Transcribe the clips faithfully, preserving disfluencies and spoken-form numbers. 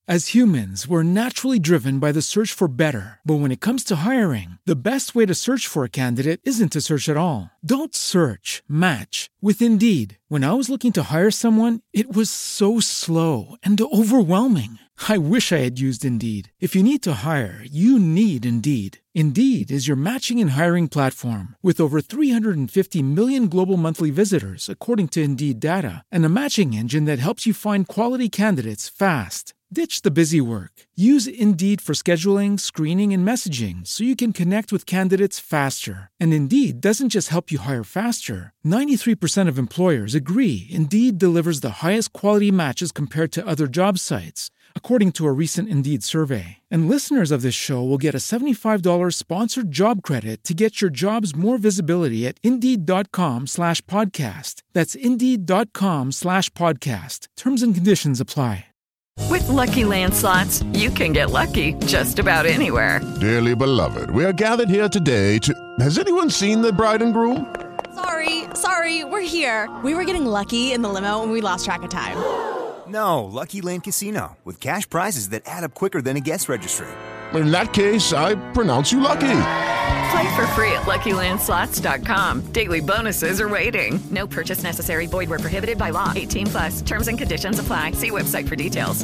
As humans, we're naturally driven by the search for better. But when it comes to hiring, the best way to search for a candidate isn't to search at all. Don't search, match with Indeed. When I was looking to hire someone, it was so slow and overwhelming. I wish I had used Indeed. If you need to hire, you need Indeed. Indeed is your matching and hiring platform with over three hundred fifty million global monthly visitors, according to Indeed data, and a matching engine that helps you find quality candidates fast. Ditch the busy work. Use Indeed for scheduling, screening, and messaging so you can connect with candidates faster. And Indeed doesn't just help you hire faster. ninety-three percent of employers agree Indeed delivers the highest quality matches compared to other job sites, according to a recent Indeed survey. And listeners of this show will get a seventy-five dollars sponsored job credit to get your jobs more visibility at Indeed.com slash podcast. That's Indeed.com slash podcast. Terms and conditions apply. With Lucky Land Slots, you can get lucky just about anywhere. Dearly beloved, we are gathered here today to... Has anyone seen the bride and groom? Sorry, sorry, we're here. We were getting lucky in the limo and we lost track of time. No, Lucky Land Casino, with cash prizes that add up quicker than a guest registry. In that case, I pronounce you lucky. Play for free at Lucky Land Slots dot com. Daily bonuses are waiting. No purchase necessary. Void where prohibited by law. eighteen plus. Terms and conditions apply. See website for details.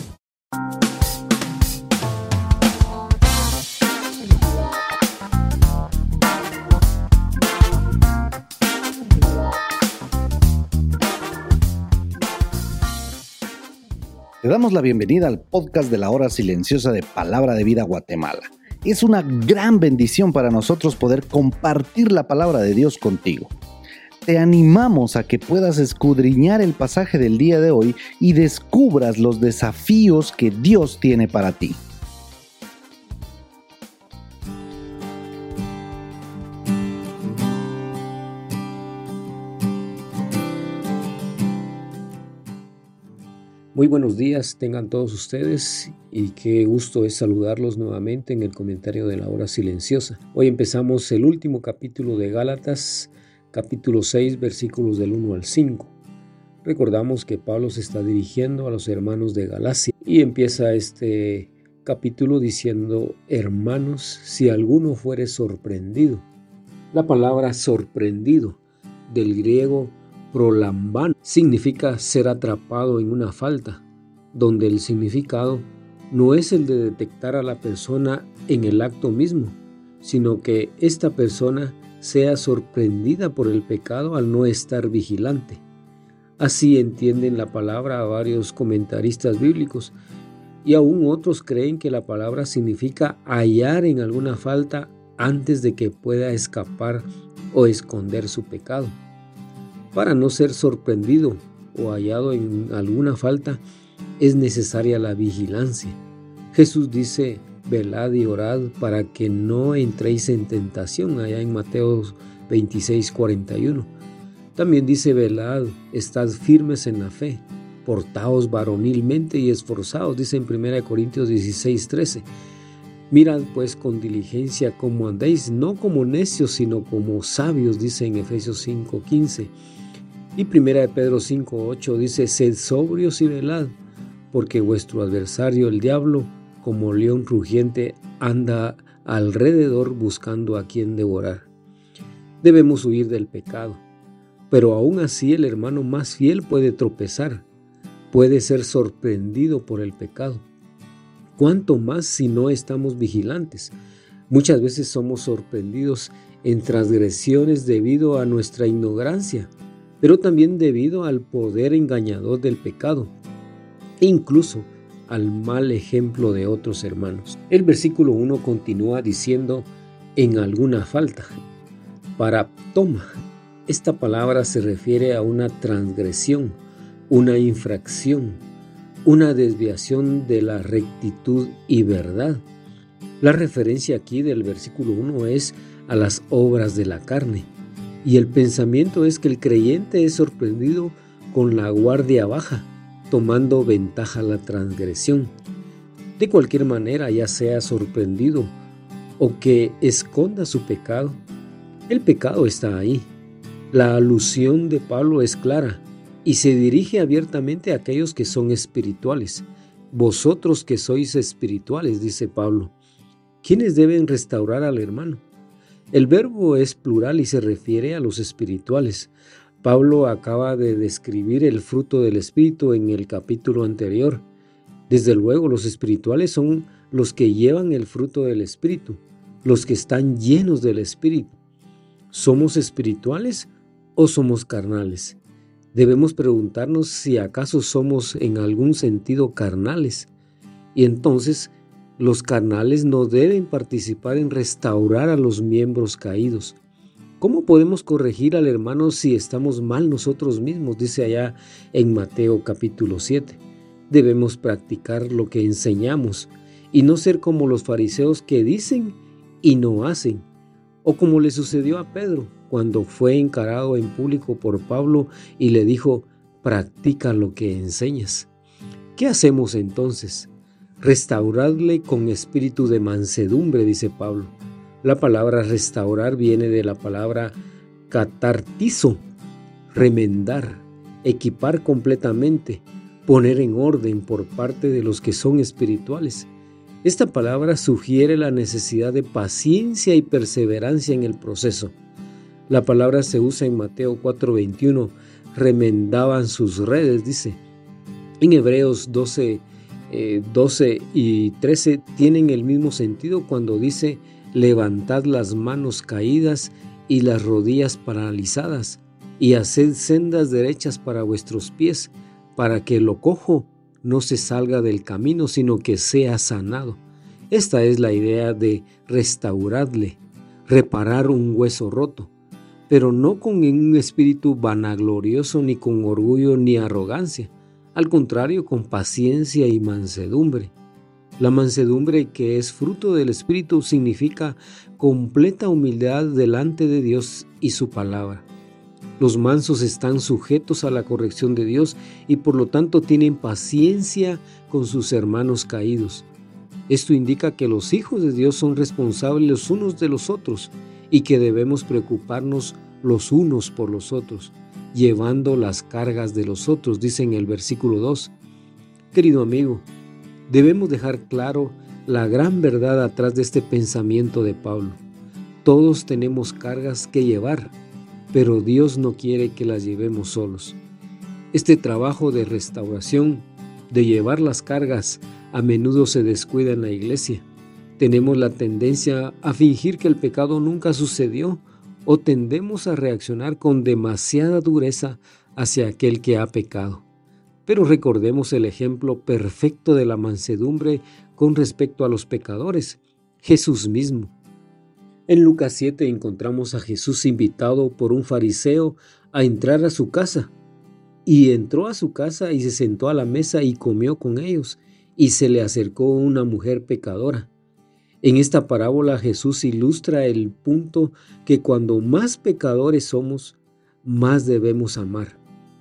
Te damos la bienvenida al podcast de la Hora Silenciosa de Palabra de Vida Guatemala. Es una gran bendición para nosotros poder compartir la palabra de Dios contigo. Te animamos a que puedas escudriñar el pasaje del día de hoy y descubras los desafíos que Dios tiene para ti. Muy buenos días tengan todos ustedes y qué gusto es saludarlos nuevamente en el comentario de la Hora Silenciosa. Hoy empezamos el último capítulo de Gálatas, capítulo seis, versículos del uno al cinco. Recordamos que Pablo se está dirigiendo a los hermanos de Galacia y empieza este capítulo diciendo: hermanos, si alguno fuere sorprendido. La palabra sorprendido del griego prolambano significa ser atrapado en una falta, donde el significado no es el de detectar a la persona en el acto mismo, sino que esta persona sea sorprendida por el pecado al no estar vigilante. Así entienden la palabra a varios comentaristas bíblicos, y aún otros creen que la palabra significa hallar en alguna falta antes de que pueda escapar o esconder su pecado. Para no ser sorprendido o hallado en alguna falta, es necesaria la vigilancia. Jesús dice: velad y orad para que no entréis en tentación, allá en Mateo veintiséis, cuarenta y uno. También dice: velad, estad firmes en la fe, portaos varonilmente y esforzaos, dice en primera Corintios dieciséis, trece. Mirad pues con diligencia cómo andéis, no como necios, sino como sabios, dice en Efesios cinco, quince. Y primera de Pedro cinco, ocho dice: sed sobrios y velad, porque vuestro adversario el diablo, como león rugiente, anda alrededor buscando a quien devorar. Debemos huir del pecado, pero aún así el hermano más fiel puede tropezar, puede ser sorprendido por el pecado. ¿Cuánto más si no estamos vigilantes? Muchas veces somos sorprendidos en transgresiones debido a nuestra ignorancia, pero también debido al poder engañador del pecado, e incluso al mal ejemplo de otros hermanos. El versículo uno continúa diciendo: en alguna falta. Para toma, esta palabra se refiere a una transgresión, una infracción, una desviación de la rectitud y verdad. La referencia aquí del versículo uno es a las obras de la carne. Y el pensamiento es que el creyente es sorprendido con la guardia baja, tomando ventaja la transgresión. De cualquier manera, ya sea sorprendido o que esconda su pecado, el pecado está ahí. La alusión de Pablo es clara y se dirige abiertamente a aquellos que son espirituales, vosotros que sois espirituales, dice Pablo. ¿Quiénes deben restaurar al hermano? El verbo es plural y se refiere a los espirituales. Pablo acaba de describir el fruto del Espíritu en el capítulo anterior. Desde luego, los espirituales son los que llevan el fruto del Espíritu, los que están llenos del Espíritu. ¿Somos espirituales o somos carnales? Debemos preguntarnos si acaso somos en algún sentido carnales. Y entonces, los carnales no deben participar en restaurar a los miembros caídos. ¿Cómo podemos corregir al hermano si estamos mal nosotros mismos? Dice allá en Mateo capítulo siete. Debemos practicar lo que enseñamos y no ser como los fariseos que dicen y no hacen, o como le sucedió a Pedro cuando fue encarado en público por Pablo y le dijo: practica lo que enseñas. ¿Qué hacemos entonces? Restauradle con espíritu de mansedumbre, dice Pablo. La palabra restaurar viene de la palabra catartizo, remendar, equipar completamente, poner en orden por parte de los que son espirituales. Esta palabra sugiere la necesidad de paciencia y perseverancia en el proceso. La palabra se usa en Mateo cuatro veintiuno, remendaban sus redes, dice. En Hebreos doce, eh, doce y trece tienen el mismo sentido cuando dice: levantad las manos caídas y las rodillas paralizadas, y haced sendas derechas para vuestros pies, para que lo cojo no se salga del camino, sino que sea sanado. Esta es la idea de restaurarle, reparar un hueso roto, pero no con un espíritu vanaglorioso, ni con orgullo ni arrogancia, al contrario, con paciencia y mansedumbre. La mansedumbre, que es fruto del Espíritu, significa completa humildad delante de Dios y su palabra. Los mansos están sujetos a la corrección de Dios y por lo tanto tienen paciencia con sus hermanos caídos. Esto indica que los hijos de Dios son responsables los unos de los otros y que debemos preocuparnos los unos por los otros, llevando las cargas de los otros, dice en el versículo dos. Querido amigo, debemos dejar claro la gran verdad atrás de este pensamiento de Pablo. Todos tenemos cargas que llevar, pero Dios no quiere que las llevemos solos. Este trabajo de restauración, de llevar las cargas, a menudo se descuida en la iglesia. Tenemos la tendencia a fingir que el pecado nunca sucedió o tendemos a reaccionar con demasiada dureza hacia aquel que ha pecado. Pero recordemos el ejemplo perfecto de la mansedumbre con respecto a los pecadores, Jesús mismo. En Lucas siete encontramos a Jesús invitado por un fariseo a entrar a su casa. Y entró a su casa y se sentó a la mesa y comió con ellos, y se le acercó una mujer pecadora. En esta parábola Jesús ilustra el punto que cuando más pecadores somos, más debemos amar.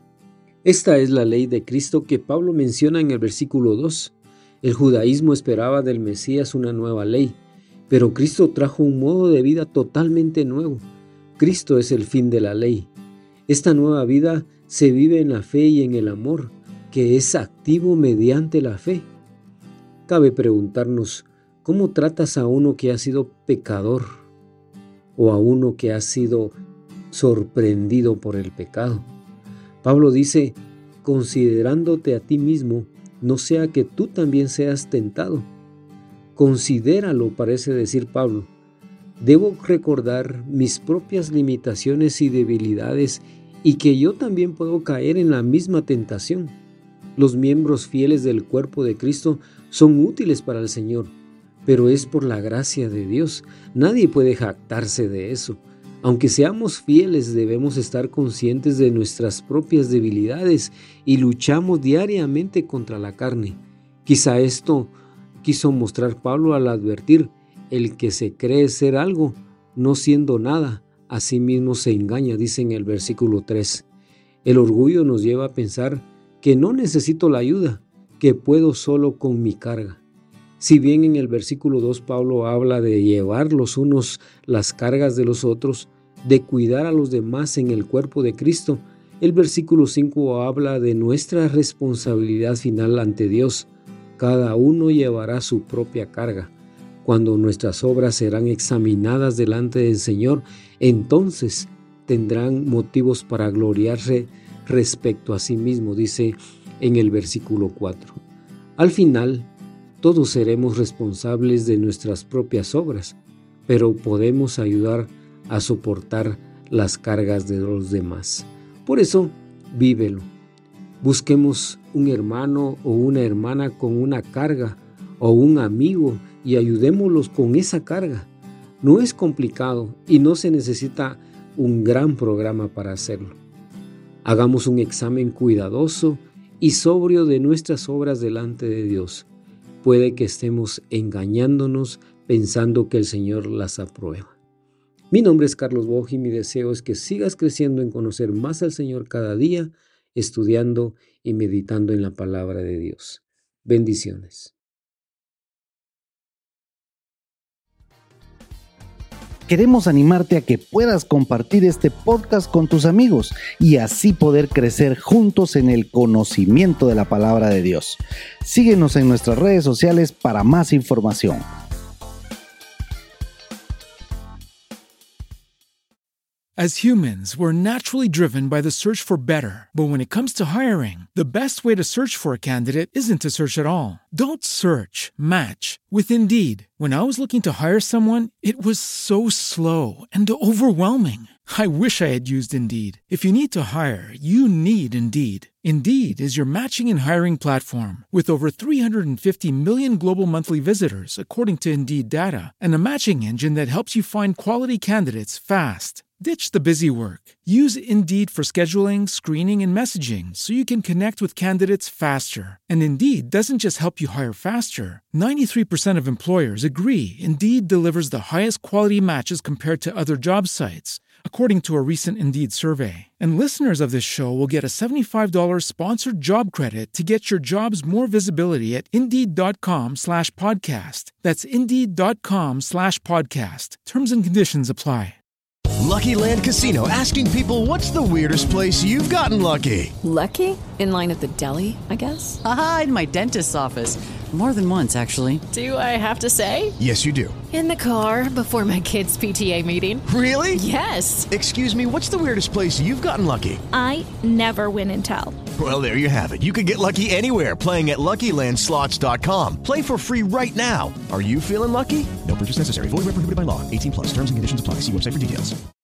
Esta es la ley de Cristo que Pablo menciona en el versículo dos. El judaísmo esperaba del Mesías una nueva ley, pero Cristo trajo un modo de vida totalmente nuevo. Cristo es el fin de la ley. Esta nueva vida se vive en la fe y en el amor, que es activo mediante la fe. Cabe preguntarnos, ¿cómo tratas a uno que ha sido pecador o a uno que ha sido sorprendido por el pecado? Pablo dice, considerándote a ti mismo, no sea que tú también seas tentado. Considéralo, parece decir Pablo. Debo recordar mis propias limitaciones y debilidades y que yo también puedo caer en la misma tentación. Los miembros fieles del cuerpo de Cristo son útiles para el Señor, pero es por la gracia de Dios. Nadie puede jactarse de eso. Aunque seamos fieles, debemos estar conscientes de nuestras propias debilidades y luchamos diariamente contra la carne. Quizá esto quiso mostrar Pablo al advertir, el que se cree ser algo, no siendo nada, a sí mismo se engaña, dice en el versículo tres. El orgullo nos lleva a pensar que no necesito la ayuda, que puedo solo con mi carga. Si bien en el versículo dos Pablo habla de llevar los unos las cargas de los otros, de cuidar a los demás en el cuerpo de Cristo, el versículo cinco habla de nuestra responsabilidad final ante Dios. Cada uno llevará su propia carga. Cuando nuestras obras serán examinadas delante del Señor, entonces tendrán motivos para gloriarse respecto a sí mismo, dice en el versículo cuatro. Al final, todos seremos responsables de nuestras propias obras, pero podemos ayudar a soportar las cargas de los demás. Por eso, vívelo. Busquemos un hermano o una hermana con una carga o un amigo y ayudémoslos con esa carga. No es complicado y no se necesita un gran programa para hacerlo. Hagamos un examen cuidadoso y sobrio de nuestras obras delante de Dios. Puede que estemos engañándonos pensando que el Señor las aprueba. Mi nombre es Carlos Boj y mi deseo es que sigas creciendo en conocer más al Señor cada día, estudiando y meditando en la palabra de Dios. Bendiciones. Queremos animarte a que puedas compartir este podcast con tus amigos y así poder crecer juntos en el conocimiento de la palabra de Dios. Síguenos en nuestras redes sociales para más información. As humans, we're naturally driven by the search for better. But when it comes to hiring, the best way to search for a candidate isn't to search at all. Don't search, match with Indeed. When I was looking to hire someone, it was so slow and overwhelming. I wish I had used Indeed. If you need to hire, you need Indeed. Indeed is your matching and hiring platform with over three hundred fifty million global monthly visitors, according to Indeed data, and a matching engine that helps you find quality candidates fast. Ditch the busy work. Use Indeed for scheduling, screening, and messaging so you can connect with candidates faster. And Indeed doesn't just help you hire faster. ninety-three percent of employers agree Indeed delivers the highest quality matches compared to other job sites, according to a recent Indeed survey. And listeners of this show will get a seventy-five dollars sponsored job credit to get your jobs more visibility at Indeed.com slash podcast. That's Indeed.com slash podcast. Terms and conditions apply. Lucky Land Casino, asking people, what's the weirdest place you've gotten lucky? Lucky? In line at the deli, I guess? Aha, in my dentist's office. More than once, actually. Do I have to say? Yes, you do. In the car before my kids' P T A meeting. Really? Yes. Excuse me, what's the weirdest place you've gotten lucky? I never win and tell. Well, there you have it. You can get lucky anywhere, playing at Lucky Land Slots dot com. Play for free right now. Are you feeling lucky? No purchase necessary. Void where prohibited by law. eighteen plus. Terms and conditions apply. See website for details.